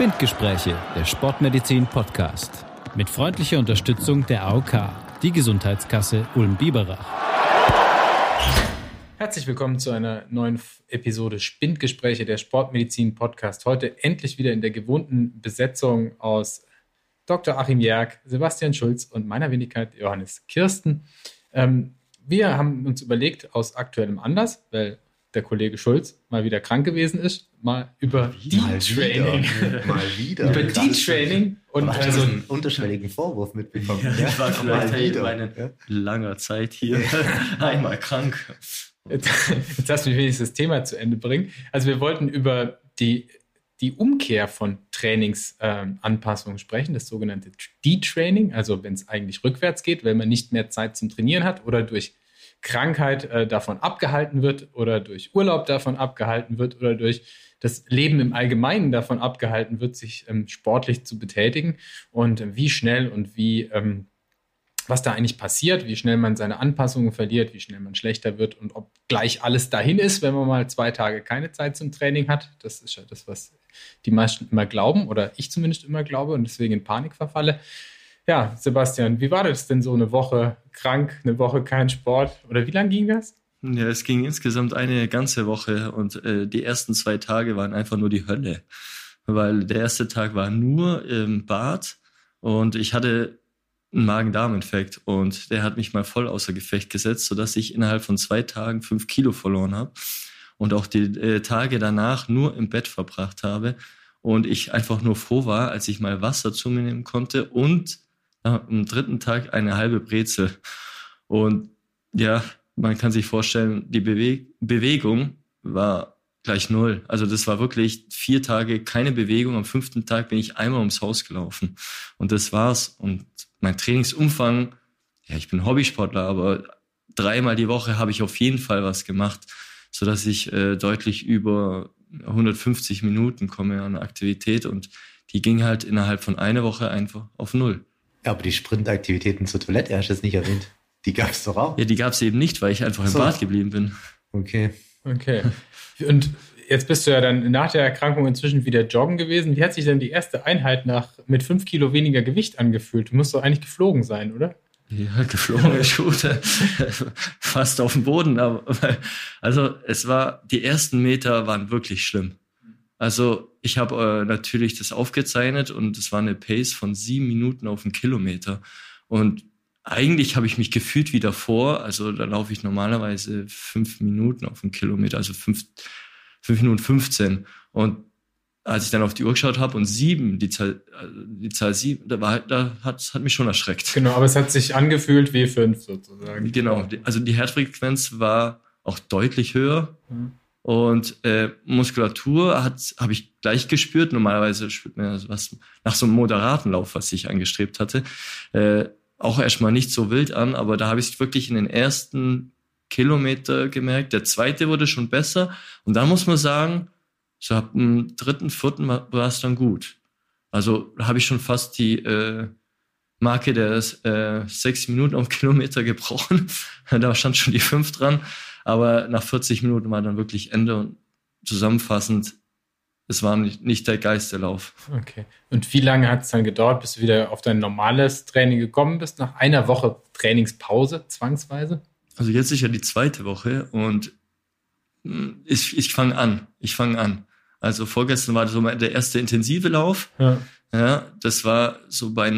Spindgespräche, der Sportmedizin-Podcast. Mit freundlicher Unterstützung der AOK, die Gesundheitskasse Ulm-Biberach. Herzlich willkommen zu einer neuen Episode Spindgespräche, der Sportmedizin-Podcast. Heute endlich wieder in der gewohnten Besetzung aus Dr. Achim Jerk, Sebastian Schulz und meiner Wenigkeit Johannes Kirsten. Wir haben uns überlegt, aus aktuellem Anlass, weil der Kollege Schulz mal wieder krank gewesen ist, mal über D-Training. Mal wieder. Über D-Training. Und also einen unterschwelligen Vorwurf mitbekommen. Ja, ich war vielleicht meine langer Zeit hier einmal krank. Jetzt lass mich wenigstens das Thema zu Ende bringen. Also wir wollten über die Umkehr von Trainingsanpassungen sprechen, das sogenannte D-Training, also wenn es eigentlich rückwärts geht, wenn man nicht mehr Zeit zum Trainieren hat oder durch Krankheit davon abgehalten wird oder durch Urlaub davon abgehalten wird oder durch das Leben im Allgemeinen davon abgehalten wird, sich sportlich zu betätigen und wie schnell und was da eigentlich passiert, wie schnell man seine Anpassungen verliert, wie schnell man schlechter wird und ob gleich alles dahin ist, wenn man mal 2 Tage keine Zeit zum Training hat. Das ist ja das, was die meisten immer glauben oder ich zumindest immer glaube und deswegen in Panik verfalle. Ja, Sebastian, wie war das denn so eine Woche krank, eine Woche kein Sport oder wie lang ging das? Ja, es ging insgesamt eine ganze Woche und die ersten 2 Tage waren einfach nur die Hölle, weil der erste Tag war nur im Bad und ich hatte einen Magen-Darm-Infekt und der hat mich mal voll außer Gefecht gesetzt, sodass ich innerhalb von 2 Tagen 5 Kilo verloren habe und auch die Tage danach nur im Bett verbracht habe und ich einfach nur froh war, als ich mal Wasser zu mir nehmen konnte und am 3. Tag eine halbe Brezel. Und ja, man kann sich vorstellen, die Bewegung war gleich 0. Also das war wirklich 4 Tage keine Bewegung. Am 5. Tag bin ich einmal ums Haus gelaufen. Und das war's. Und mein Trainingsumfang, ja, ich bin Hobbysportler, aber 3-mal die Woche habe ich auf jeden Fall was gemacht, sodass ich deutlich über 150 Minuten komme an Aktivität. Und die ging halt innerhalb von einer Woche einfach auf 0. Ja, aber die Sprintaktivitäten zur Toilette hast du jetzt nicht erwähnt. Die gab's doch auch. Ja, die gab's eben nicht, weil ich einfach im Bad geblieben bin. Okay. Und jetzt bist du ja dann nach der Erkrankung inzwischen wieder joggen gewesen. Wie hat sich denn die erste Einheit mit 5 Kilo weniger Gewicht angefühlt? Du musst doch eigentlich geflogen sein, oder? Ja, geflogen ist gut. Fast auf dem Boden. Also die ersten Meter waren wirklich schlimm. Also ich habe natürlich das aufgezeichnet und es war eine Pace von 7 Minuten auf 1 Kilometer. Und eigentlich habe ich mich gefühlt wie davor. Also da laufe ich normalerweise 5 Minuten auf 1 Kilometer, also 5 Minuten 15. Und als ich dann auf die Uhr geschaut habe und 7, die Zahl 7, hat mich schon erschreckt. Genau, aber es hat sich angefühlt wie 5 sozusagen. Genau, also die Herzfrequenz war auch deutlich höher. Und Muskulatur habe ich gleich gespürt. Normalerweise spürt man was nach so einem moderaten Lauf, was ich angestrebt hatte, auch erstmal nicht so wild an, aber da habe ich es wirklich in den ersten Kilometer gemerkt. Der zweite wurde schon besser und dann muss man sagen, so ab dem 3., 4. war es dann gut. Also habe ich schon fast die Marke der 6 Minuten auf Kilometer gebrochen. Da stand schon die 5 dran. Aber nach 40 Minuten war dann wirklich Ende und zusammenfassend, es war nicht der Geisterlauf. Okay. Und wie lange hat es dann gedauert, bis du wieder auf dein normales Training gekommen bist? Nach einer Woche Trainingspause, zwangsweise? Also jetzt ist ja die 2. Woche und ich fange an. Also vorgestern war so der erste intensive Lauf. Ja, das war so bei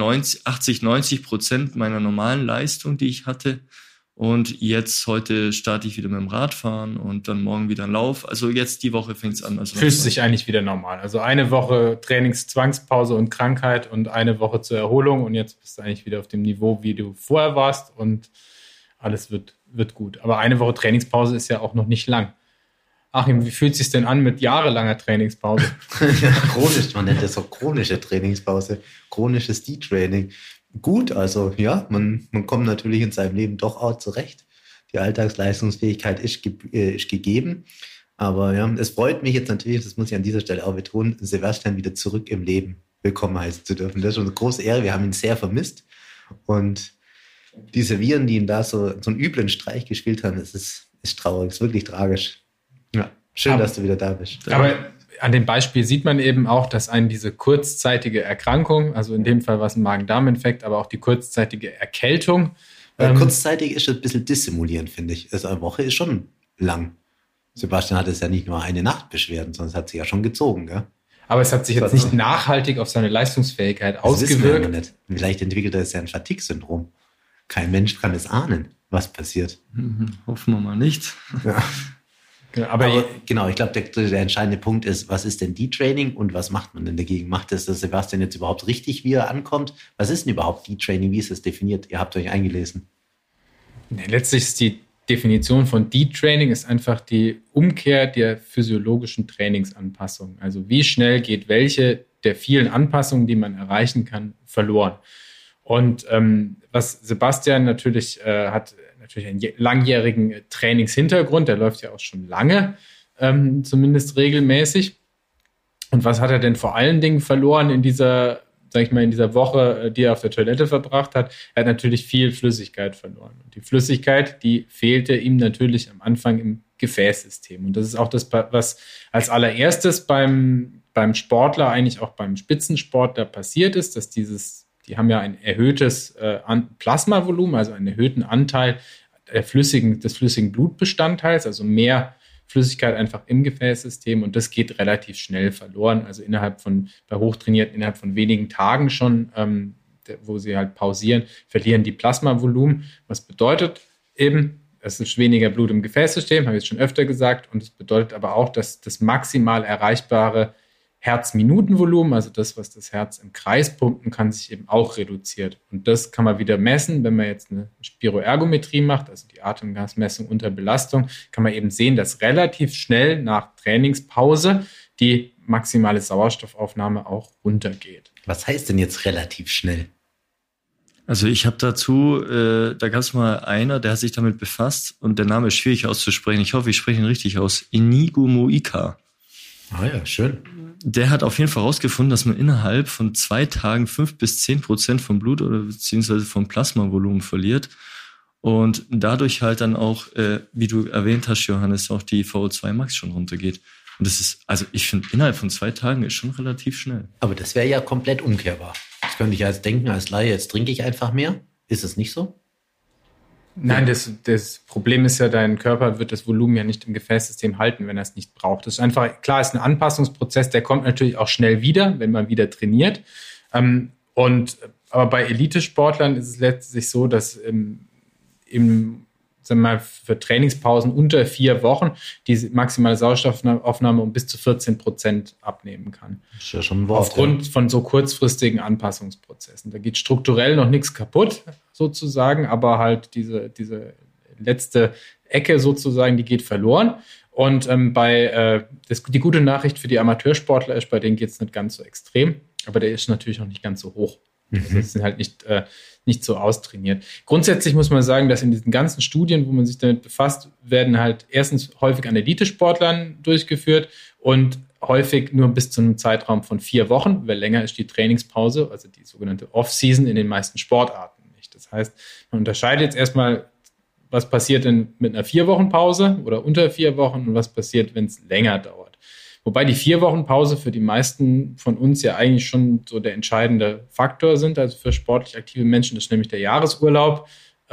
80-90% meiner normalen Leistung, die ich hatte. Und heute starte ich wieder mit dem Radfahren und dann morgen wieder ein Lauf. Also jetzt die Woche fängt es an. Also fühlst sich eigentlich wieder normal. Also eine Woche Trainingszwangspause und Krankheit und eine Woche zur Erholung und jetzt bist du eigentlich wieder auf dem Niveau, wie du vorher warst und alles wird gut. Aber eine Woche Trainingspause ist ja auch noch nicht lang. Achim, wie fühlt es sich denn an mit jahrelanger Trainingspause? Ja, chronisch, man nennt das auch chronische Trainingspause, chronisches D-Training. Gut, also ja, man kommt natürlich in seinem Leben doch auch zurecht. Die Alltagsleistungsfähigkeit ist gegeben. Aber ja, es freut mich jetzt natürlich, das muss ich an dieser Stelle auch betonen, Sebastian wieder zurück im Leben willkommen heißen zu dürfen. Das ist schon eine große Ehre, wir haben ihn sehr vermisst. Und diese Viren, die ihm da so einen üblen Streich gespielt haben, ist traurig, ist wirklich tragisch. Ja, schön, dass du wieder da bist. Aber an dem Beispiel sieht man eben auch, dass einen diese kurzzeitige Erkrankung, also in dem Fall war es ein Magen-Darm-Infekt, aber auch die kurzzeitige Erkältung. Kurzzeitig ist es ein bisschen dissimulierend, finde ich. Also eine Woche ist schon lang. Sebastian hat es ja nicht nur eine Nacht Beschwerden, sondern es hat sich ja schon gezogen, gell? Aber es hat sich jetzt nicht nachhaltig auf seine Leistungsfähigkeit ausgewirkt. Wissen wir ja nicht. Vielleicht entwickelt er es ja ein Fatigue-Syndrom. Kein Mensch kann es ahnen, was passiert. Hoffen wir mal nicht. Ja. Genau, aber genau, ich glaube, der entscheidende Punkt ist, was ist denn Detraining und was macht man denn dagegen? Macht es das Sebastian jetzt überhaupt richtig, wie er ankommt? Was ist denn überhaupt Detraining? Wie ist es definiert? Ihr habt euch eingelesen. Letztlich ist die Definition von Detraining ist einfach die Umkehr der physiologischen Trainingsanpassung. Also wie schnell geht welche der vielen Anpassungen, die man erreichen kann, verloren. Und was Sebastian natürlich hat, natürlich einen langjährigen Trainingshintergrund, der läuft ja auch schon lange, zumindest regelmäßig. Und was hat er denn vor allen Dingen verloren in dieser, sag ich mal, in dieser Woche, die er auf der Toilette verbracht hat? Er hat natürlich viel Flüssigkeit verloren. Und die Flüssigkeit, die fehlte ihm natürlich am Anfang im Gefäßsystem. Und das ist auch das, was als allererstes beim Sportler, eigentlich auch beim Spitzensportler passiert ist, dass die haben ja ein erhöhtes Plasmavolumen, also einen erhöhten Anteil des flüssigen Blutbestandteils, also mehr Flüssigkeit einfach im Gefäßsystem, und das geht relativ schnell verloren. Also bei Hochtrainierten innerhalb von wenigen Tagen schon, wo sie halt pausieren, verlieren die Plasmavolumen. Was bedeutet eben, es ist weniger Blut im Gefäßsystem, habe ich jetzt schon öfter gesagt, und es bedeutet aber auch, dass das maximal erreichbare Herzminutenvolumen, also das, was das Herz im Kreis pumpen kann, sich eben auch reduziert. Und das kann man wieder messen, wenn man jetzt eine Spiroergometrie macht, also die Atemgasmessung unter Belastung, kann man eben sehen, dass relativ schnell nach Trainingspause die maximale Sauerstoffaufnahme auch runtergeht. Was heißt denn jetzt relativ schnell? Also ich habe dazu, da gab es mal einer, der hat sich damit befasst, und der Name ist schwierig auszusprechen. Ich hoffe, ich spreche ihn richtig aus. Inigo Moika. Ah ja, schön. Der hat auf jeden Fall herausgefunden, dass man innerhalb von 2 Tagen 5-10% vom Blut oder beziehungsweise vom Plasmavolumen verliert und dadurch halt dann auch, wie du erwähnt hast, Johannes, auch die VO2 Max schon runtergeht. Und das ist, also ich finde, innerhalb von 2 Tagen ist schon relativ schnell. Aber das wäre ja komplett umkehrbar. Das könnte ich jetzt denken, als Laie, jetzt trinke ich einfach mehr. Ist es nicht so? Nein, das Problem ist ja, dein Körper wird das Volumen ja nicht im Gefäßsystem halten, wenn er es nicht braucht. Das ist einfach, klar, ist ein Anpassungsprozess, der kommt natürlich auch schnell wieder, wenn man wieder trainiert. Aber bei Elitesportlern ist es letztlich so, dass sagen wir mal, für Trainingspausen unter 4 Wochen die maximale Sauerstoffaufnahme um bis zu 14% abnehmen kann. Das ist ja schon ein Wort. Aufgrund von so kurzfristigen Anpassungsprozessen. Da geht strukturell noch nichts kaputt, sozusagen, aber halt diese letzte Ecke sozusagen, die geht verloren. Und die gute Nachricht für die Amateursportler ist, bei denen geht es nicht ganz so extrem, aber der ist natürlich noch nicht ganz so hoch. Also das sind halt nicht so austrainiert. Grundsätzlich muss man sagen, dass in diesen ganzen Studien, wo man sich damit befasst, werden halt erstens häufig an Elitesportlern durchgeführt und häufig nur bis zu einem Zeitraum von 4 Wochen, weil länger ist die Trainingspause, also die sogenannte Off-Season in den meisten Sportarten nicht. Das heißt, man unterscheidet jetzt erstmal, was passiert denn mit einer 4-Wochen-Pause oder unter 4 Wochen und was passiert, wenn es länger dauert. Wobei die 4 Wochen Pause für die meisten von uns ja eigentlich schon so der entscheidende Faktor sind, also für sportlich aktive Menschen. Das ist nämlich der Jahresurlaub,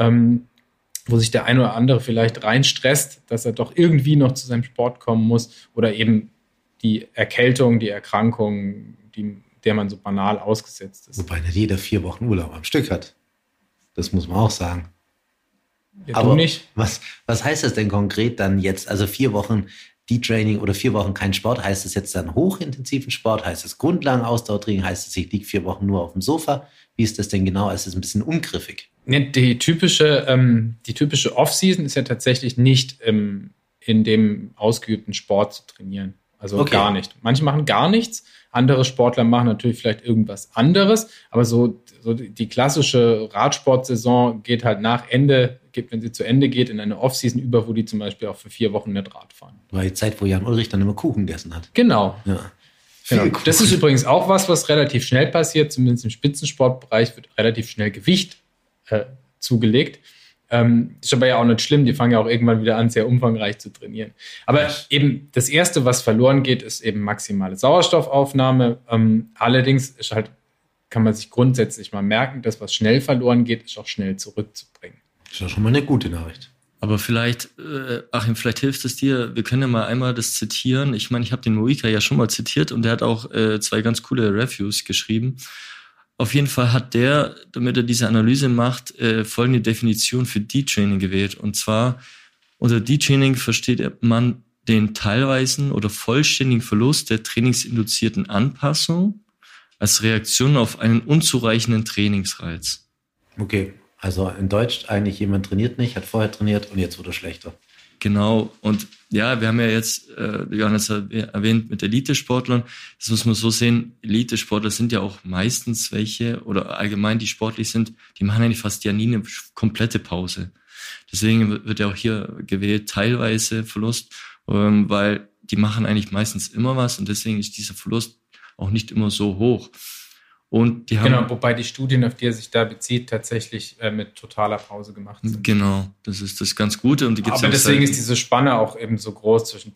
wo sich der eine oder andere vielleicht reinstresst, dass er doch irgendwie noch zu seinem Sport kommen muss, oder eben die Erkältung, die Erkrankung, der man so banal ausgesetzt ist. Wobei nicht jeder 4 Wochen Urlaub am Stück hat. Das muss man auch sagen. Ja, aber du nicht. Was heißt das denn konkret dann jetzt? Also 4 Wochen Detraining oder 4 Wochen kein Sport, heißt es jetzt dann hochintensiven Sport? Heißt es Grundlagenausdauertraining? Heißt es, ich liege 4 Wochen nur auf dem Sofa? Wie ist das denn genau? Es ist ein bisschen ungriffig. Die typische Off-Season ist ja tatsächlich nicht in dem ausgeübten Sport zu trainieren. Also gar nicht. Manche machen gar nichts. Andere Sportler machen natürlich vielleicht irgendwas anderes. Aber so die klassische Radsportsaison geht halt wenn sie zu Ende geht, in eine Off-Season über, wo die zum Beispiel auch für 4 Wochen nicht Rad fahren. War die Zeit, wo Jan Ulrich dann immer Kuchen gegessen hat. Genau. Ja. Genau. Das ist übrigens auch was relativ schnell passiert. Zumindest im Spitzensportbereich wird relativ schnell Gewicht zugelegt. Ist aber ja auch nicht schlimm, die fangen ja auch irgendwann wieder an, sehr umfangreich zu trainieren. Aber eben das Erste, was verloren geht, ist eben maximale Sauerstoffaufnahme. Allerdings ist halt, kann man sich grundsätzlich mal merken, dass was schnell verloren geht, ist auch schnell zurückzubringen. Das ist ja schon mal eine gute Nachricht. Aber vielleicht, Achim, vielleicht hilft es dir, wir können ja mal einmal das zitieren. Ich meine, ich habe den Moika ja schon mal zitiert und der hat auch 2 ganz coole Reviews geschrieben. Auf jeden Fall hat der, damit er diese Analyse macht, folgende Definition für Detraining gewählt. Und zwar, unter Detraining versteht man den teilweisen oder vollständigen Verlust der trainingsinduzierten Anpassung als Reaktion auf einen unzureichenden Trainingsreiz. Okay, also in Deutsch eigentlich jemand trainiert nicht, hat vorher trainiert und jetzt wird er schlechter. Genau, und ja, wir haben ja jetzt, Johannes erwähnt, mit Elitesportlern, das muss man so sehen, Elitesportler sind ja auch meistens welche, oder allgemein die sportlich sind, die machen eigentlich fast ja nie eine komplette Pause. Deswegen wird ja auch hier gewählt, teilweise Verlust, weil die machen eigentlich meistens immer was und deswegen ist dieser Verlust auch nicht immer so hoch. Und die haben, genau, wobei die Studien, auf die er sich da bezieht, tatsächlich mit totaler Pause gemacht sind. Genau, das ist das ganz Gute. Und die gibt's aber auch deswegen selten. ist diese Spanne auch eben so groß, zwischen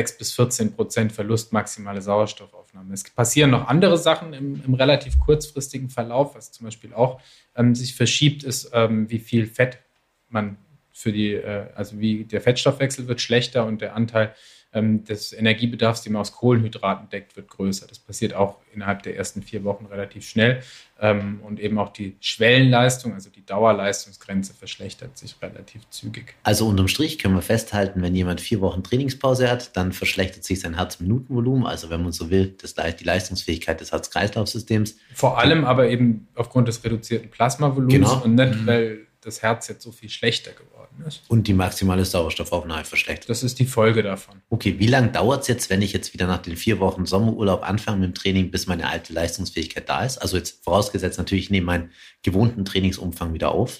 6-14% Verlust maximale Sauerstoffaufnahme. Es passieren noch andere Sachen im relativ kurzfristigen Verlauf, was zum Beispiel auch sich verschiebt, ist, wie viel Fett man für also wie der Fettstoffwechsel wird schlechter und der Anteil des Energiebedarfs, den man aus Kohlenhydraten deckt, wird größer. Das passiert auch innerhalb der ersten 4 Wochen relativ schnell. Und eben auch die Schwellenleistung, also die Dauerleistungsgrenze, verschlechtert sich relativ zügig. Also unterm Strich können wir festhalten, wenn jemand 4 Wochen Trainingspause hat, dann verschlechtert sich sein Herzminutenvolumen, also wenn man so will, die Leistungsfähigkeit des Herz-Kreislauf-Systems. Vor allem aber eben aufgrund des reduzierten Plasmavolumens Genau. und nicht, weil das Herz jetzt so viel schlechter geworden ist. Und die maximale Sauerstoffaufnahme verschlechtert. Das ist die Folge davon. Okay, wie lange dauert es jetzt, wenn ich jetzt wieder nach den 4 Wochen Sommerurlaub anfange mit dem Training, bis meine alte Leistungsfähigkeit da ist? Also jetzt vorausgesetzt natürlich, ich nehme meinen gewohnten Trainingsumfang wieder auf.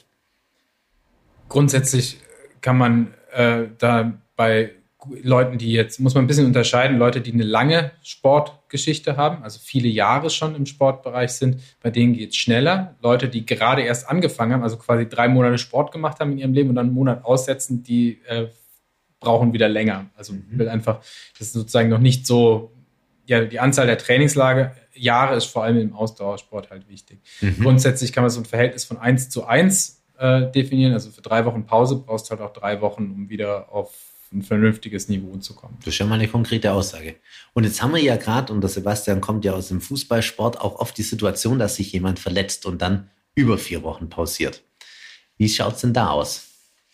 Grundsätzlich kann man da bei Leuten, die jetzt, muss man ein bisschen unterscheiden, Leute, die eine lange Sportgeschichte haben, also viele Jahre schon im Sportbereich sind, bei denen geht es schneller. Leute, die gerade erst angefangen haben, also quasi 3 Monate Sport gemacht haben in ihrem Leben und dann einen Monat aussetzen, die brauchen wieder länger. Also will einfach, das ist sozusagen noch nicht so, ja, die Anzahl der Trainingsjahre ist vor allem im Ausdauersport halt wichtig. Grundsätzlich kann man so ein Verhältnis von 1:1 definieren, also für 3 Wochen Pause brauchst du halt auch 3 Wochen, um wieder auf ein vernünftiges Niveau zu kommen. Das ist ja mal eine konkrete Aussage. Und jetzt haben wir ja gerade, und der Sebastian kommt ja aus dem Fußballsport, auch oft die Situation, dass sich jemand verletzt und dann über 4 Wochen pausiert. Wie schaut es denn da aus?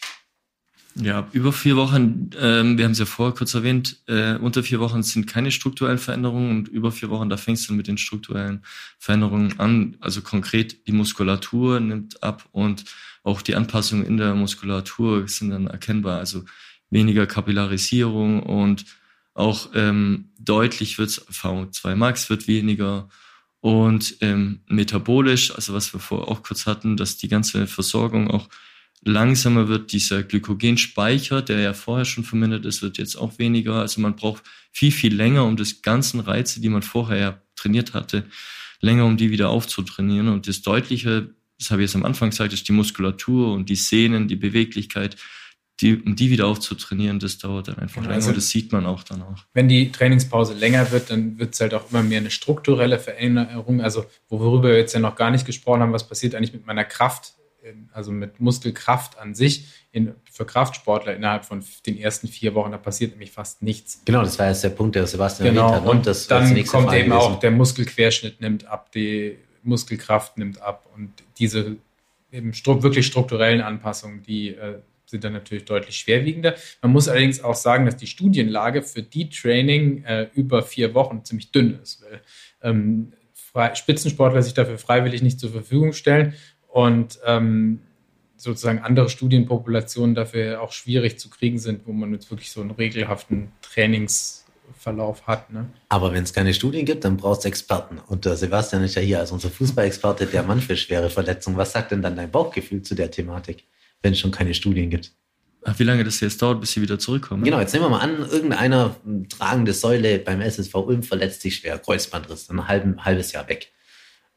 Ja, über 4 Wochen, wir haben es ja vorher kurz erwähnt, unter 4 Wochen sind keine strukturellen Veränderungen und über 4 Wochen, da fängst du mit den strukturellen Veränderungen an. Also konkret, die Muskulatur nimmt ab und auch die Anpassungen in der Muskulatur sind dann erkennbar. Also weniger Kapillarisierung und auch deutlich wird VO2 Max wird weniger und metabolisch, also was wir vorher auch kurz hatten, dass die ganze Versorgung auch langsamer wird. Dieser Glykogenspeicher, der ja vorher schon vermindert ist, wird jetzt auch weniger. Also man braucht viel, viel länger, um das ganzen Reize, die man vorher ja trainiert hatte, länger, um die wieder aufzutrainieren. Und das Deutliche, das habe ich jetzt am Anfang gesagt, ist die Muskulatur und die Sehnen, die Beweglichkeit, um die wieder aufzutrainieren, das dauert dann einfach länger und das sieht man auch dann auch. Wenn die Trainingspause länger wird, dann wird es halt auch immer mehr eine strukturelle Veränderung, also worüber wir jetzt ja noch gar nicht gesprochen haben, was passiert eigentlich mit meiner Kraft, also mit Muskelkraft an sich für Kraftsportler innerhalb von den ersten 4 Wochen, da passiert nämlich fast nichts. Genau, das war jetzt der Punkt, der Sebastian Genau, erwähnt hat. und das dann kommt eben auch, der Muskelquerschnitt nimmt ab, die Muskelkraft nimmt ab und diese eben wirklich strukturellen Anpassungen, die sind dann natürlich deutlich schwerwiegender. Man muss allerdings auch sagen, dass die Studienlage für Detraining über 4 Wochen ziemlich dünn ist, weil Spitzensportler sich dafür freiwillig nicht zur Verfügung stellen und sozusagen andere Studienpopulationen dafür auch schwierig zu kriegen sind, wo man jetzt wirklich so einen regelhaften Trainingsverlauf hat. Ne? Aber wenn es keine Studien gibt, dann braucht es Experten. Und der Sebastian ist ja hier als unser Fußballexperte der Mann für schwere Verletzungen. Was sagt denn dann dein Bauchgefühl zu der Thematik, wenn es schon keine Studien gibt? Ach, wie lange das jetzt dauert, bis sie wieder zurückkommen? Genau, jetzt nehmen wir mal an, irgendeiner tragende Säule beim SSV Ulm verletzt sich schwer, Kreuzbandriss, dann ein halbes Jahr weg.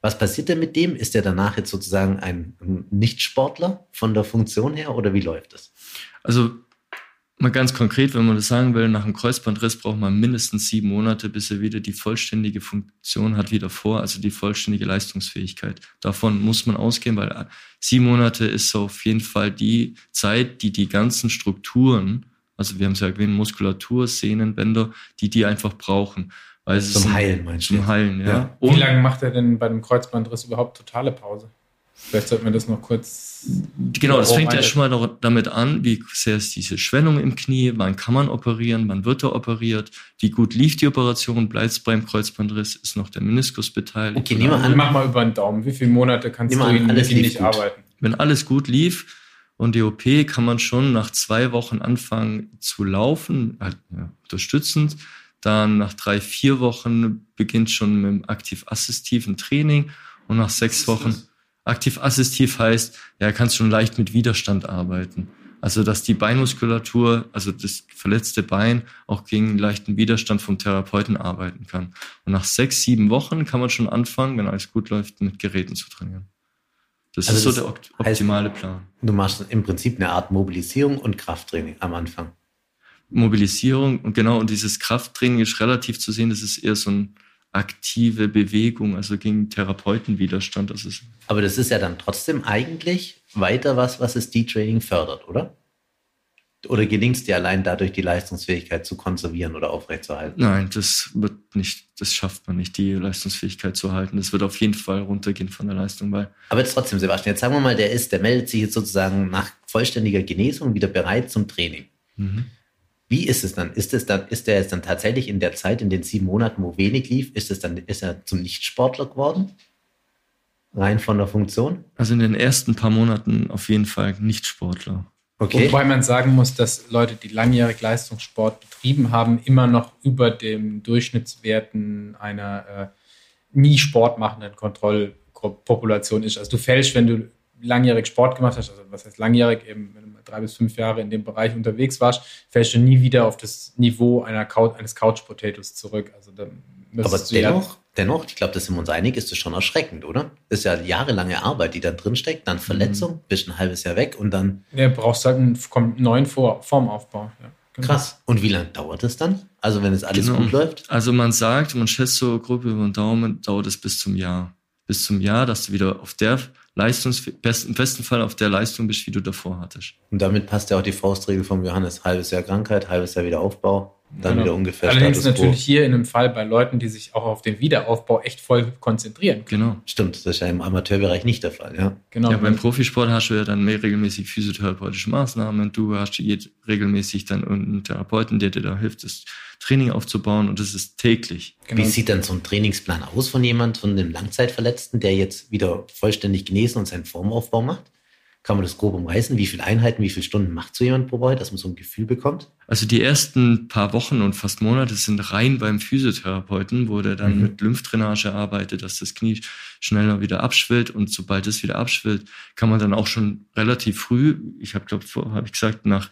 Was passiert denn mit dem? Ist der danach jetzt sozusagen ein Nichtsportler von der Funktion her oder wie läuft das? Also mal ganz konkret, wenn man das sagen will, nach einem Kreuzbandriss braucht man mindestens 7 Monate, bis er wieder die vollständige Funktion hat wie davor, also die vollständige Leistungsfähigkeit. Davon muss man ausgehen, weil 7 Monate ist so auf jeden Fall die Zeit, die ganzen Strukturen, also wir haben es ja erwähnt, Muskulatur, Sehnen, Bänder, die einfach brauchen. Weil es zum Heilen, meinst du? Zum Heilen, ja. Wie lange macht er denn bei dem Kreuzbandriss überhaupt totale Pause? Vielleicht sollten wir das noch kurz... Genau, das fängt ja schon mal damit an, wie sehr ist diese Schwellung im Knie, wann kann man operieren, wann wird er operiert, wie gut lief die Operation, bleibt es beim Kreuzbandriss, ist noch der Meniskus beteiligt. Okay, mach mal über den Daumen. Wie viele Monate kannst du ihn nicht arbeiten? Wenn alles gut lief und die OP, kann man schon nach 2 Wochen anfangen zu laufen, unterstützend. Dann nach 3-4 Wochen beginnt schon mit dem aktiv-assistiven Training und nach 6 Wochen... Aktiv-assistiv heißt, ja, kannst schon leicht mit Widerstand arbeiten. Also, dass die Beinmuskulatur, also das verletzte Bein, auch gegen leichten Widerstand vom Therapeuten arbeiten kann. Und nach 6-7 Wochen kann man schon anfangen, wenn alles gut läuft, mit Geräten zu trainieren. Das ist so der optimale Plan. Du machst im Prinzip eine Art Mobilisierung und Krafttraining am Anfang. Mobilisierung und dieses Krafttraining ist relativ zu sehen, das ist eher so ein aktive Bewegung, also gegen Therapeutenwiderstand. Aber das ist ja dann trotzdem eigentlich weiter was das Detraining fördert, oder? Oder gelingt es dir allein dadurch, die Leistungsfähigkeit zu konservieren oder aufrechtzuerhalten? Nein, das schafft man nicht, die Leistungsfähigkeit zu halten. Das wird auf jeden Fall runtergehen von der Leistung. Aber jetzt trotzdem, Sebastian, jetzt sagen wir mal, der meldet sich jetzt sozusagen nach vollständiger Genesung wieder bereit zum Training. Mhm. Wie ist es dann? Ist er jetzt dann tatsächlich in der Zeit, in den 7 Monaten, wo wenig lief, ist er zum Nichtsportler geworden? Rein von der Funktion? Also in den ersten paar Monaten auf jeden Fall Nichtsportler. Okay. Wobei man sagen muss, dass Leute, die langjährig Leistungssport betrieben haben, immer noch über dem Durchschnittswerten einer nie Sport machenden Kontrollpopulation ist. Also du fällst, wenn du langjährig Sport gemacht hast, also was heißt langjährig, eben wenn du 3 bis 5 Jahre in dem Bereich unterwegs warst, fällst du nie wieder auf das Niveau eines Couch-Potatoes zurück. Also aber dennoch, ich glaube, da sind wir uns einig, ist das schon erschreckend, oder? Das ist ja jahrelange Arbeit, die da drin steckt, dann Verletzung, bist ein halbes Jahr weg und dann... Ja, brauchst halt einen neuen Formaufbau. Ja, genau. Krass. Und wie lange dauert das dann? Also wenn es alles gut läuft? Also man schätzt so grob über den Daumen, dauert es bis zum Jahr. Bis zum Jahr, dass du wieder auf der im besten Fall auf der Leistung bist, wie du davor hattest. Und damit passt ja auch die Faustregel vom Johannes, halbes Jahr Krankheit, halbes Jahr wieder Aufbau, dann wieder ungefähr Allerdings Status natürlich quo. Hier in einem Fall bei Leuten, die sich auch auf den Wiederaufbau echt voll konzentrieren. Genau. Stimmt, das ist ja im Amateurbereich nicht der Fall, ja. Genau. Ja, beim Profisport hast du ja dann mehr regelmäßig physiotherapeutische Maßnahmen, du hast regelmäßig dann einen Therapeuten, der dir da hilft, das Training aufzubauen und das ist täglich. Genau. Wie sieht dann so ein Trainingsplan aus von einem Langzeitverletzten, der jetzt wieder vollständig genesen und seinen Formaufbau macht? Kann man das grob umreißen? Wie viele Einheiten, wie viele Stunden macht so jemand pro Woche, dass man so ein Gefühl bekommt? Also die ersten paar Wochen und fast Monate sind rein beim Physiotherapeuten, wo der dann mit Lymphdrainage arbeitet, dass das Knie schneller wieder abschwillt und sobald es wieder abschwillt, kann man dann auch schon relativ früh, nach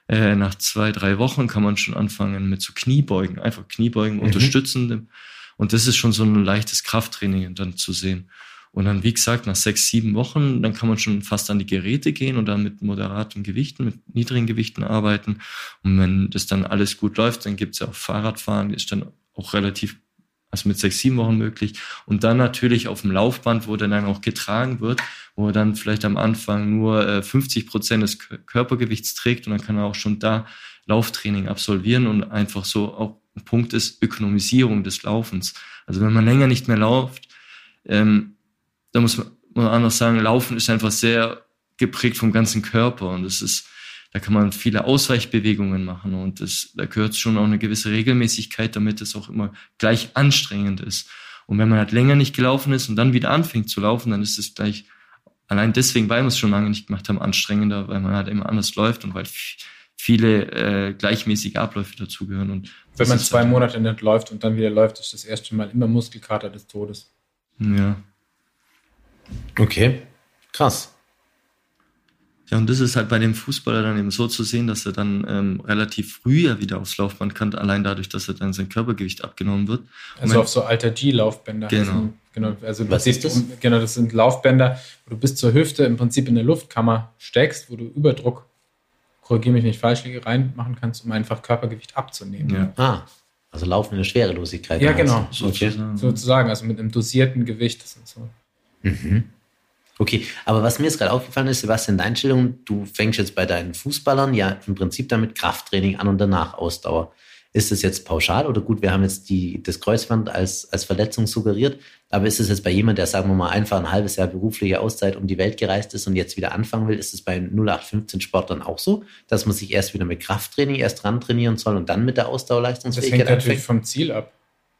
2-3 Wochen kann man schon anfangen mit so Kniebeugen, einfach Kniebeugen unterstützend. Und das ist schon so ein leichtes Krafttraining dann zu sehen. Und dann, wie gesagt, nach 6-7 Wochen, dann kann man schon fast an die Geräte gehen und dann mit moderaten Gewichten, mit niedrigen Gewichten arbeiten. Und wenn das dann alles gut läuft, dann gibt's ja auch Fahrradfahren, ist dann auch relativ, also mit 6-7 Wochen möglich. Und dann natürlich auf dem Laufband, wo dann auch getragen wird, wo er dann vielleicht am Anfang nur 50% des Körpergewichts trägt und dann kann er auch schon da Lauftraining absolvieren und einfach so auch ein Punkt ist Ökonomisierung des Laufens. Also wenn man länger nicht mehr läuft, da muss man anders sagen, Laufen ist einfach sehr geprägt vom ganzen Körper und da kann man viele Ausweichbewegungen machen und da gehört schon auch eine gewisse Regelmäßigkeit, damit es auch immer gleich anstrengend ist. Und wenn man halt länger nicht gelaufen ist und dann wieder anfängt zu laufen, dann ist es gleich, allein deswegen, weil wir es schon lange nicht gemacht haben, anstrengender, weil man halt immer anders läuft und weil viele gleichmäßige Abläufe dazugehören. Und wenn man 2 Monate nicht läuft und dann wieder läuft, ist das erste Mal immer Muskelkater des Todes. Ja. Okay, krass. Ja, und das ist halt bei dem Fußballer dann eben so zu sehen, dass er dann relativ früh ja wieder aufs Laufband kann, allein dadurch, dass er dann sein Körpergewicht abgenommen wird. Also auf so Alter G-Laufbänder. Genau. Also Was ist das? Genau, das sind Laufbänder, wo du bis zur Hüfte im Prinzip in eine Luftkammer steckst, wo du Überdruck, korrigiere mich nicht falsch, reinmachen kannst, um einfach Körpergewicht abzunehmen. Ja. Also laufende Schwerelosigkeit. Ja, genau. Sozusagen, also mit einem dosierten Gewicht. Das sind so. Mhm. Okay, aber was mir jetzt gerade aufgefallen ist, Sebastian, deine Einstellung, du fängst jetzt bei deinen Fußballern ja im Prinzip damit Krafttraining an und danach Ausdauer. Ist das jetzt pauschal oder gut, wir haben jetzt das Kreuzband als Verletzung suggeriert, aber ist es jetzt bei jemandem, der, sagen wir mal, einfach ein halbes Jahr berufliche Auszeit um die Welt gereist ist und jetzt wieder anfangen will, ist es bei 0815-Sportlern auch so, dass man sich erst wieder mit Krafttraining erst dran trainieren soll und dann mit der Ausdauerleistungsfähigkeit anfängt? Das hängt natürlich vom Ziel ab.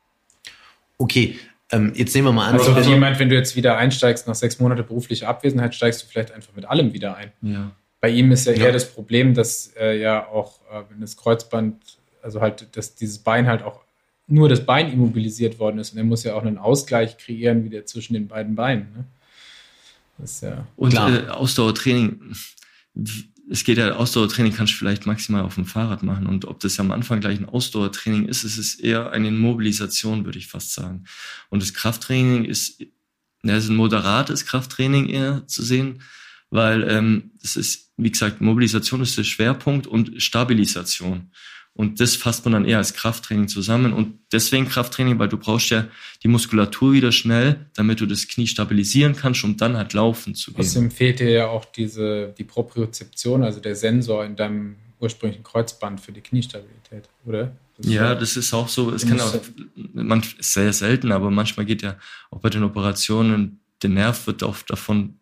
Okay, jetzt nehmen wir mal an. Also wenn du jetzt wieder einsteigst nach 6 Monaten beruflicher Abwesenheit, steigst du vielleicht einfach mit allem wieder ein. Ja. Bei ihm ist ja eher das Problem, dass ja auch, wenn das Kreuzband, also halt, dass dieses Bein halt auch nur das Bein immobilisiert worden ist und er muss ja auch einen Ausgleich kreieren wieder zwischen den beiden Beinen. Ne? Das ist ja und Ausdauertraining, es geht ja, Ausdauertraining kannst du vielleicht maximal auf dem Fahrrad machen und ob das am Anfang gleich ein Ausdauertraining ist, es ist eher eine Mobilisation, würde ich fast sagen. Und das Krafttraining ist ein moderates Krafttraining eher zu sehen, weil es ist, wie gesagt, Mobilisation ist der Schwerpunkt und Stabilisation. Und das fasst man dann eher als Krafttraining zusammen. Und deswegen Krafttraining, weil du brauchst ja die Muskulatur wieder schnell, damit du das Knie stabilisieren kannst, um dann halt laufen zu gehen. Außerdem fehlt dir ja auch die Propriozeption, also der Sensor in deinem ursprünglichen Kreuzband für die Kniestabilität, oder? Das ist auch so. Es kann auch, sehr selten, aber manchmal geht ja auch bei den Operationen, der Nerv wird auch davon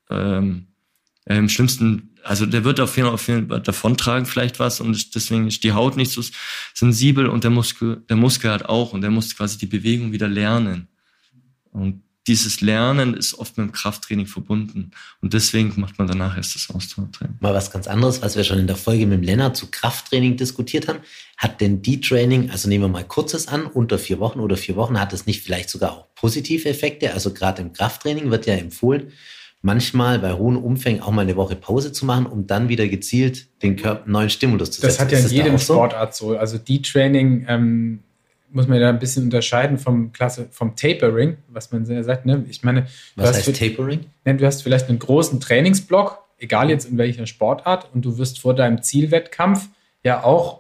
im schlimmsten, also der wird auf jeden Fall davontragen vielleicht was und deswegen ist die Haut nicht so sensibel und der Muskel hat auch und der muss quasi die Bewegung wieder lernen. Und dieses Lernen ist oft mit dem Krafttraining verbunden und deswegen macht man danach erst das Ausdauertraining. Mal was ganz anderes, was wir schon in der Folge mit dem Lennart zu Krafttraining diskutiert haben. Hat denn D-Training, also nehmen wir mal kurzes an, unter 4 Wochen oder 4 Wochen, hat es nicht vielleicht sogar auch positive Effekte? Also gerade im Krafttraining wird ja empfohlen, manchmal bei hohen Umfängen auch mal eine Woche Pause zu machen, um dann wieder gezielt den Körper neuen Stimulus zu setzen. Das hat ja in jedem Sportart so. Also D-Training muss man ja ein bisschen unterscheiden vom Tapering, was man ja sagt. Ne? Ich meine, was heißt Tapering? Du hast vielleicht einen großen Trainingsblock, egal jetzt in welcher Sportart, und du wirst vor deinem Zielwettkampf ja auch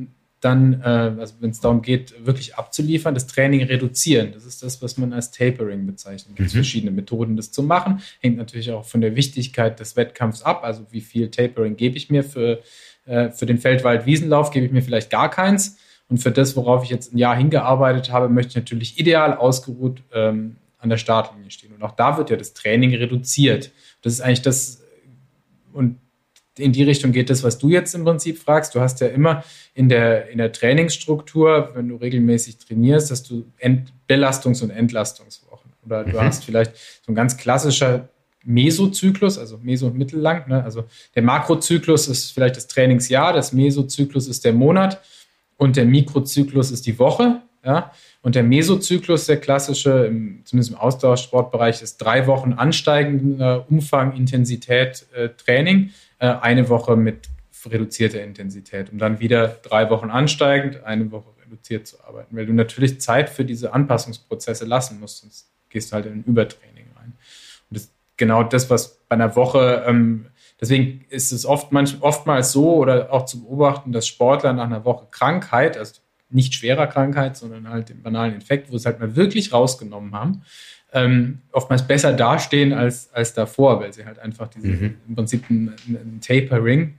also wenn es darum geht, wirklich abzuliefern, das Training reduzieren. Das ist das, was man als Tapering bezeichnet. Es gibt verschiedene Methoden, das zu machen. Hängt natürlich auch von der Wichtigkeit des Wettkampfs ab. Also wie viel Tapering gebe ich mir für den Feldwald-Wiesenlauf, gebe ich mir vielleicht gar keins. Und für das, worauf ich jetzt ein Jahr hingearbeitet habe, möchte ich natürlich ideal ausgeruht an der Startlinie stehen. Und auch da wird ja das Training reduziert. Das ist eigentlich das, und in die Richtung geht das, was du jetzt im Prinzip fragst. Du hast ja immer in der Trainingsstruktur, wenn du regelmäßig trainierst, hast du Belastungs- und Entlastungswochen. Oder du hast vielleicht so ein ganz klassischer Mesozyklus, also Meso- und Mittellang. Ne? Also der Makrozyklus ist vielleicht das Trainingsjahr, das Mesozyklus ist der Monat und der Mikrozyklus ist die Woche. Ja? Und der Mesozyklus, der klassische, zumindest im Ausdauersportbereich, ist 3 Wochen ansteigender Umfang, Intensität, Training, 1 Woche mit reduzierter Intensität, um dann wieder 3 Wochen ansteigend, 1 Woche reduziert zu arbeiten, weil du natürlich Zeit für diese Anpassungsprozesse lassen musst, sonst gehst du halt in ein Übertraining rein. Und das ist genau das, was bei einer Woche, deswegen ist es oftmals so oder auch zu beobachten, dass Sportler nach einer Woche Krankheit, also nicht schwerer Krankheit, sondern halt den banalen Infekt, wo sie es halt mal wirklich rausgenommen haben, oftmals besser dastehen als davor, weil sie halt einfach im Prinzip ein Tapering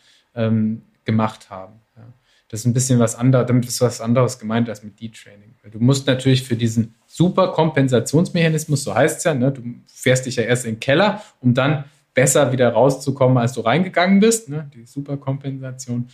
gemacht haben. Ja. Das ist ein bisschen was anderes, damit ist was anderes gemeint als mit D-Training. Weil du musst natürlich für diesen super Kompensationsmechanismus, so heißt es ja, ne, du fährst dich ja erst in den Keller, um dann besser wieder rauszukommen, als du reingegangen bist, ne, die Superkompensation,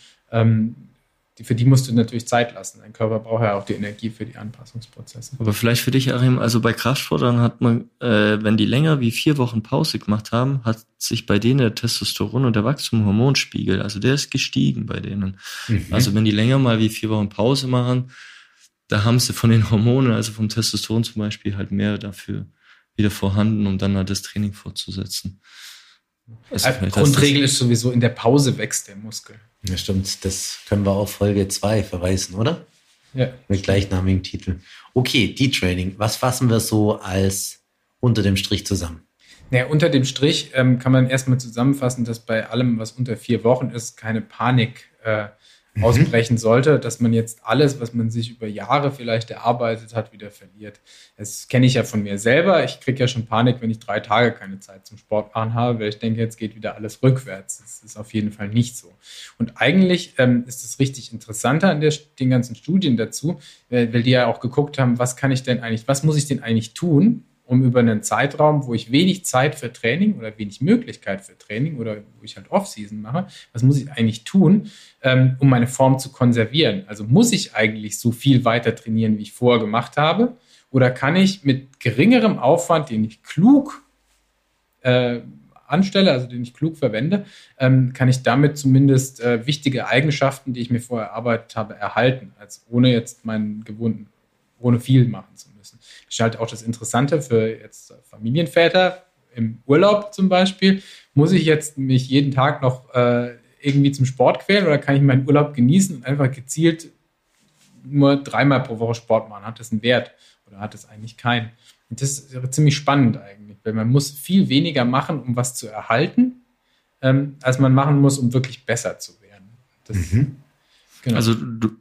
für die musst du natürlich Zeit lassen. Dein Körper braucht ja auch die Energie für die Anpassungsprozesse. Aber vielleicht für dich, Achim, also bei Kraftsportlern hat man, wenn die länger wie 4 Wochen Pause gemacht haben, hat sich bei denen der Testosteron- und der Wachstumshormonspiegel, also der ist gestiegen bei denen. Also wenn die länger mal wie 4 Wochen Pause machen, da haben sie von den Hormonen, also vom Testosteron zum Beispiel, halt mehr dafür wieder vorhanden, um dann halt das Training fortzusetzen. Also Grundregel ist sowieso, in der Pause wächst der Muskel. Ja, stimmt. Das können wir auf Folge 2 verweisen, oder? Ja. Mit gleichnamigen Titel. Okay, Detraining. Was fassen wir so als unter dem Strich zusammen? Naja, unter dem Strich kann man erstmal zusammenfassen, dass bei allem, was unter 4 Wochen ist, keine Panik ausbrechen sollte, dass man jetzt alles, was man sich über Jahre vielleicht erarbeitet hat, wieder verliert. Das kenne ich ja von mir selber. Ich kriege ja schon Panik, wenn ich 3 Tage keine Zeit zum Sport machen habe, weil ich denke, jetzt geht wieder alles rückwärts. Das ist auf jeden Fall nicht so. Und eigentlich ist das richtig Interessanter an den ganzen Studien dazu, weil die ja auch geguckt haben, was muss ich denn eigentlich tun, um über einen Zeitraum, wo ich wenig Zeit für Training oder wenig Möglichkeit für Training oder wo ich halt Off-Season mache, was muss ich eigentlich tun, um meine Form zu konservieren? Also muss ich eigentlich so viel weiter trainieren, wie ich vorher gemacht habe? Oder kann ich mit geringerem Aufwand, den ich klug anstelle, also den ich klug verwende, kann ich damit zumindest wichtige Eigenschaften, die ich mir vorher erarbeitet habe, erhalten, als ohne viel machen zu müssen. Das ist halt auch das Interessante für jetzt Familienväter im Urlaub zum Beispiel. Muss ich jetzt mich jeden Tag noch irgendwie zum Sport quälen oder kann ich meinen Urlaub genießen und einfach gezielt nur 3-mal pro Woche Sport machen? Hat das einen Wert oder hat das eigentlich keinen? Und das ist ziemlich spannend eigentlich, weil man muss viel weniger machen, um was zu erhalten, als man machen muss, um wirklich besser zu werden. Genau. Also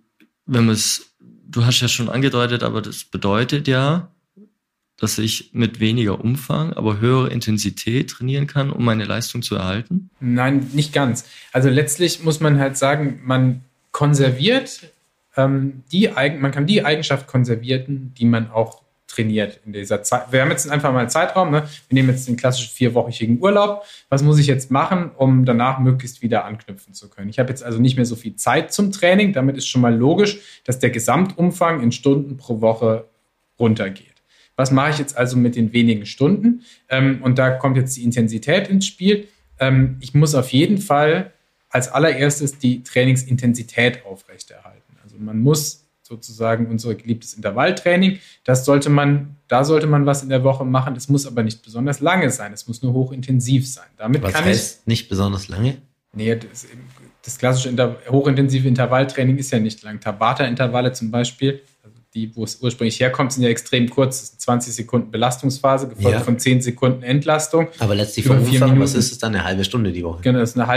du hast ja schon angedeutet, aber das bedeutet ja, dass ich mit weniger Umfang, aber höhere Intensität trainieren kann, um meine Leistung zu erhalten? Nein, nicht ganz. Also letztlich muss man halt sagen, man konserviert man kann die Eigenschaft konservieren, die man auch trainiert in dieser Zeit. Wir haben jetzt einfach mal einen Zeitraum, ne? Wir nehmen jetzt den klassischen 4-wöchigen Urlaub. Was muss ich jetzt machen, um danach möglichst wieder anknüpfen zu können? Ich habe jetzt also nicht mehr so viel Zeit zum Training. Damit ist schon mal logisch, dass der Gesamtumfang in Stunden pro Woche runtergeht. Was mache ich jetzt also mit den wenigen Stunden? Und da kommt jetzt die Intensität ins Spiel. Ich muss auf jeden Fall als allererstes die Trainingsintensität aufrechterhalten. Also man muss sozusagen unser geliebtes Intervalltraining, da sollte man was in der Woche machen. Das muss aber nicht besonders lange sein. Es muss nur hochintensiv sein. Was heißt nicht besonders lange? Nee, das klassische hochintensive Intervalltraining ist ja nicht lang. Tabata-Intervalle zum Beispiel, also die, wo es ursprünglich herkommt, sind ja extrem kurz. Das ist 20 Sekunden Belastungsphase, gefolgt von 10 Sekunden Entlastung. Aber letztlich vom Umfang, was ist es dann? Eine halbe Stunde die Woche? Genau, das ist eine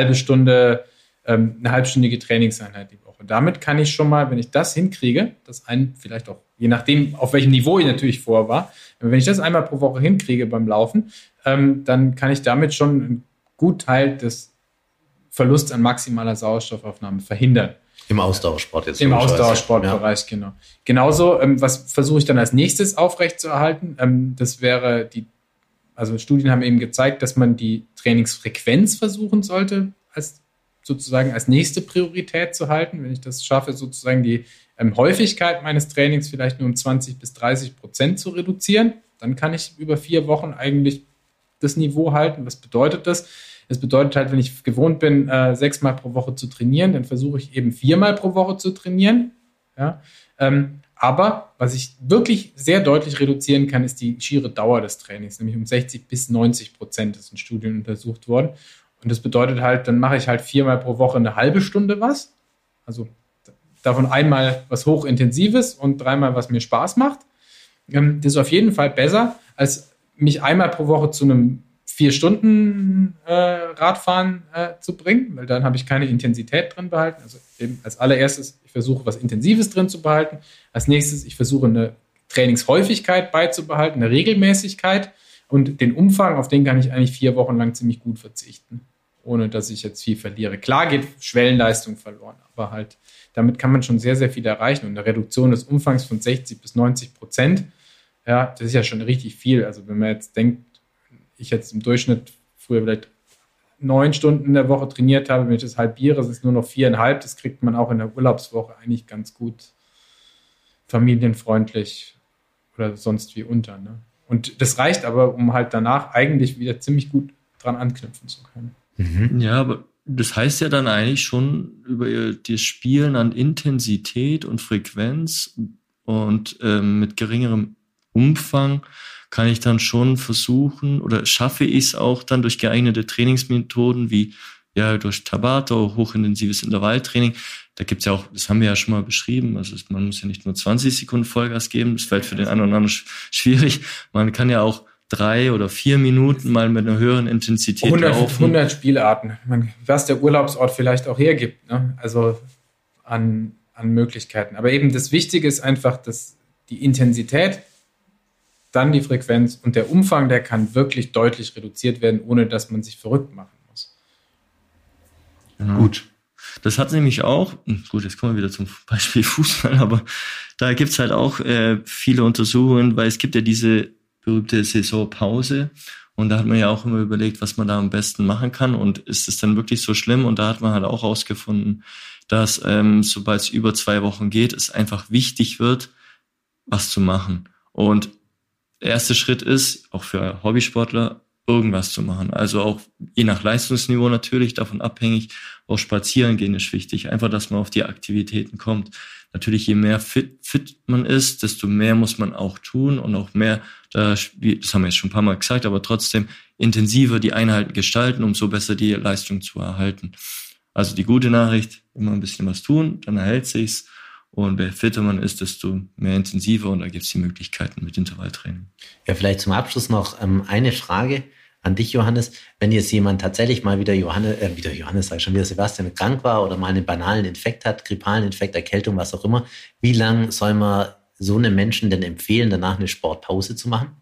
halbstündige Trainingseinheit die Woche. Damit kann ich schon mal, wenn ich das hinkriege, vielleicht auch, je nachdem, auf welchem Niveau ich natürlich vorher war, wenn ich das einmal pro Woche hinkriege beim Laufen, dann kann ich damit schon einen guten Teil des Verlusts an maximaler Sauerstoffaufnahme verhindern. Im Ausdauersport jetzt. Im Ausdauersportbereich, ja. Genau. Genauso, was versuche ich dann als nächstes aufrechtzuerhalten? Das wäre also Studien haben eben gezeigt, dass man die Trainingsfrequenz versuchen sollte, als nächste Priorität zu halten. Wenn ich das schaffe, sozusagen die Häufigkeit meines Trainings vielleicht nur um 20-30% zu reduzieren, dann kann ich über 4 Wochen eigentlich das Niveau halten. Was bedeutet das? Es bedeutet halt, wenn ich gewohnt bin, 6-mal pro Woche zu trainieren, dann versuche ich eben 4-mal pro Woche zu trainieren. Ja? Aber was ich wirklich sehr deutlich reduzieren kann, ist die schiere Dauer des Trainings, nämlich um 60-90%. Das ist in Studien untersucht worden. Und das bedeutet halt, dann mache ich halt 4-mal pro Woche eine halbe Stunde was. Also davon einmal was Hochintensives und 3-mal was mir Spaß macht. Das ist auf jeden Fall besser, als mich einmal pro Woche zu einem 4 Stunden Radfahren zu bringen, weil dann habe ich keine Intensität drin behalten. Also eben als allererstes, ich versuche was Intensives drin zu behalten. Als nächstes, ich versuche eine Trainingshäufigkeit beizubehalten, eine Regelmäßigkeit und den Umfang, auf den kann ich eigentlich 4 Wochen lang ziemlich gut verzichten, ohne dass ich jetzt viel verliere. Klar geht Schwellenleistung verloren, aber halt damit kann man schon sehr, sehr viel erreichen. Und eine Reduktion des Umfangs von 60-90%, ja, das ist ja schon richtig viel. Also wenn man jetzt denkt, ich jetzt im Durchschnitt früher vielleicht 9 Stunden in der Woche trainiert habe, wenn ich das halbiere, das ist nur noch 4,5. Das kriegt man auch in der Urlaubswoche eigentlich ganz gut familienfreundlich oder sonst wie unter. Ne? Und das reicht aber, um halt danach eigentlich wieder ziemlich gut dran anknüpfen zu können. Mhm. Ja, aber das heißt ja dann eigentlich schon, über das Spielen an Intensität und Frequenz und mit geringerem Umfang kann ich dann schon versuchen oder schaffe ich es auch dann durch geeignete Trainingsmethoden wie durch Tabata, hochintensives Intervalltraining. Da gibt's ja auch, das haben wir ja schon mal beschrieben, also man muss ja nicht nur 20 Sekunden Vollgas geben, das fällt für den einen oder anderen schwierig. Man kann ja auch 3 oder 4 Minuten mal mit einer höheren Intensität 100 Spielarten, was der Urlaubsort vielleicht auch hergibt, ne? Also an Möglichkeiten. Aber eben das Wichtige ist einfach, dass die Intensität, dann die Frequenz und der Umfang, der kann wirklich deutlich reduziert werden, ohne dass man sich verrückt machen muss. Genau. Gut. Das hat nämlich auch, gut, jetzt kommen wir wieder zum Beispiel Fußball, aber da gibt's halt auch viele Untersuchungen, weil es gibt ja diese berühmte Saisonpause und da hat man ja auch immer überlegt, was man da am besten machen kann und ist es dann wirklich so schlimm? Und da hat man halt auch rausgefunden, dass sobald es über 2 Wochen geht, es einfach wichtig wird, was zu machen. Und der erste Schritt ist, auch für Hobbysportler, irgendwas zu machen. Also auch je nach Leistungsniveau natürlich, davon abhängig, auch spazieren gehen ist wichtig. Einfach, dass man auf die Aktivitäten kommt. Natürlich, je mehr fit man ist, desto mehr muss man auch tun und auch mehr, das haben wir jetzt schon ein paar Mal gesagt, aber trotzdem intensiver die Einheiten gestalten, um so besser die Leistung zu erhalten. Also die gute Nachricht, immer ein bisschen was tun, dann erhält sich's. Und je fitter man ist, desto mehr intensiver und da gibt's die Möglichkeiten mit Intervalltraining. Ja, vielleicht zum Abschluss noch eine Frage an dich, Johannes. Wenn jetzt jemand tatsächlich mal wieder Sebastian krank war oder mal einen banalen Infekt hat, grippalen Infekt, Erkältung, was auch immer, wie lang soll man so einem Menschen denn empfehlen, danach eine Sportpause zu machen?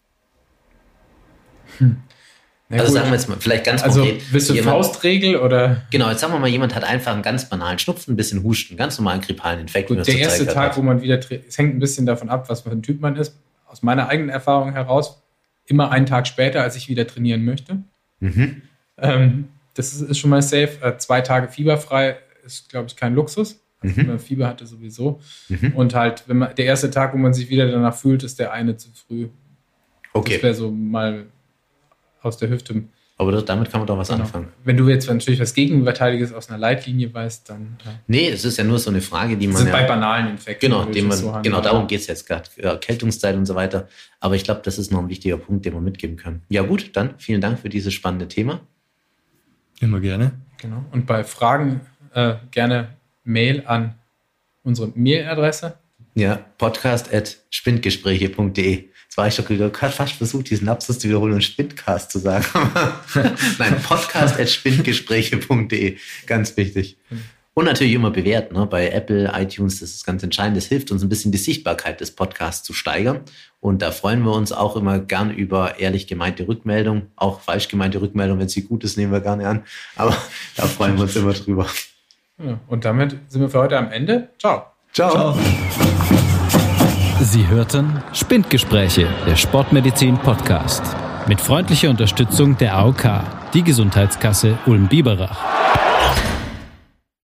Also sagen wir jetzt mal, vielleicht ganz konkret. Also bist du Faustregel oder? Genau, jetzt sagen wir mal, jemand hat einfach einen ganz banalen Schnupfen, ein bisschen Husten, ganz normalen grippalen Infekt. Gut, der erste Tag, wo man wieder, es hängt ein bisschen davon ab, was für ein Typ man ist. Aus meiner eigenen Erfahrung heraus, immer einen Tag später, als ich wieder trainieren möchte. Mhm. Das ist schon mal safe. 2 Tage fieberfrei ist, glaube ich, kein Luxus. Also wenn man Fieber hatte sowieso. Und halt, der erste Tag, wo man sich wieder danach fühlt, ist der eine zu früh. Okay. Das wäre so mal aus der Hüfte. Aber damit kann man doch was anfangen. Wenn du jetzt natürlich was Gegenteiliges aus einer Leitlinie weißt, dann... Nee, es ist ja nur so eine Frage, die man... bei banalen Infekten. Genau, darum geht es jetzt gerade. Erkältungszeit und so weiter. Aber ich glaube, das ist noch ein wichtiger Punkt, den wir mitgeben können. Ja gut, dann vielen Dank für dieses spannende Thema. Immer gerne. Genau. Und bei Fragen gerne Mail an unsere Mailadresse. Ja, podcast@spindgespräche.de. Jetzt war ich schon fast versucht, diesen Lapsus zu wiederholen und Spindcast zu sagen. Nein, podcast@spindgespräche.de. Ganz wichtig. Und natürlich immer bewerten, ne? Bei Apple, iTunes, das ist ganz entscheidend. Das hilft uns ein bisschen, die Sichtbarkeit des Podcasts zu steigern. Und da freuen wir uns auch immer gern über ehrlich gemeinte Rückmeldung. Auch falsch gemeinte Rückmeldung, wenn sie gut ist, nehmen wir gerne an. Aber da freuen wir uns immer drüber. Ja, und damit sind wir für heute am Ende. Ciao. Ciao. Sie hörten Spindgespräche, der Sportmedizin-Podcast. Mit freundlicher Unterstützung der AOK, die Gesundheitskasse Ulm-Biberach.